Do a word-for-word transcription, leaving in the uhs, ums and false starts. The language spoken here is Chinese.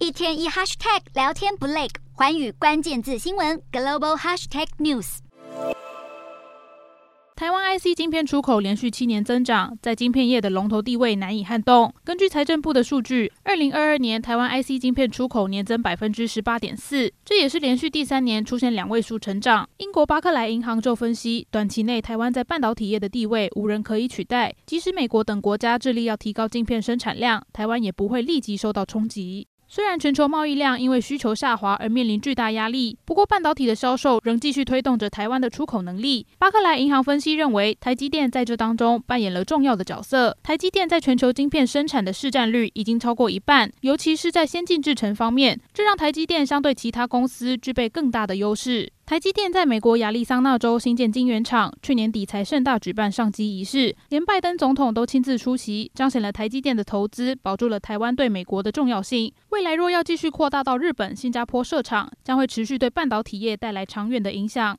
一天一 hashtag 聊天不累，寰宇关键字新闻 global hashtag news。 台湾 I C 晶片出口连续七年增长，在晶片业的龙头地位难以撼动。根据财政部的数据，二零二二年台湾 I C 晶片出口年增百分之十八点四，这也是连续第三年出现两位数成长。英国巴克莱银行就分析，短期内台湾在半导体业的地位无人可以取代，即使美国等国家致力要提高晶片生产量，台湾也不会立即受到冲击。虽然全球贸易量因为需求下滑而面临巨大压力，不过半导体的销售仍继续推动着台湾的出口能力。巴克莱银行分析认为，台积电在这当中扮演了重要的角色。台积电在全球晶片生产的市占率已经超过一半，尤其是在先进制程方面，这让台积电相对其他公司具备更大的优势。台积电在美国亚利桑那州新建晶圆厂，去年底才盛大举办上机仪式，连拜登总统都亲自出席，彰显了台积电的投资，保住了台湾对美国的重要性。未来若要继续扩大到日本、新加坡设厂，将会持续对半导体业带来长远的影响。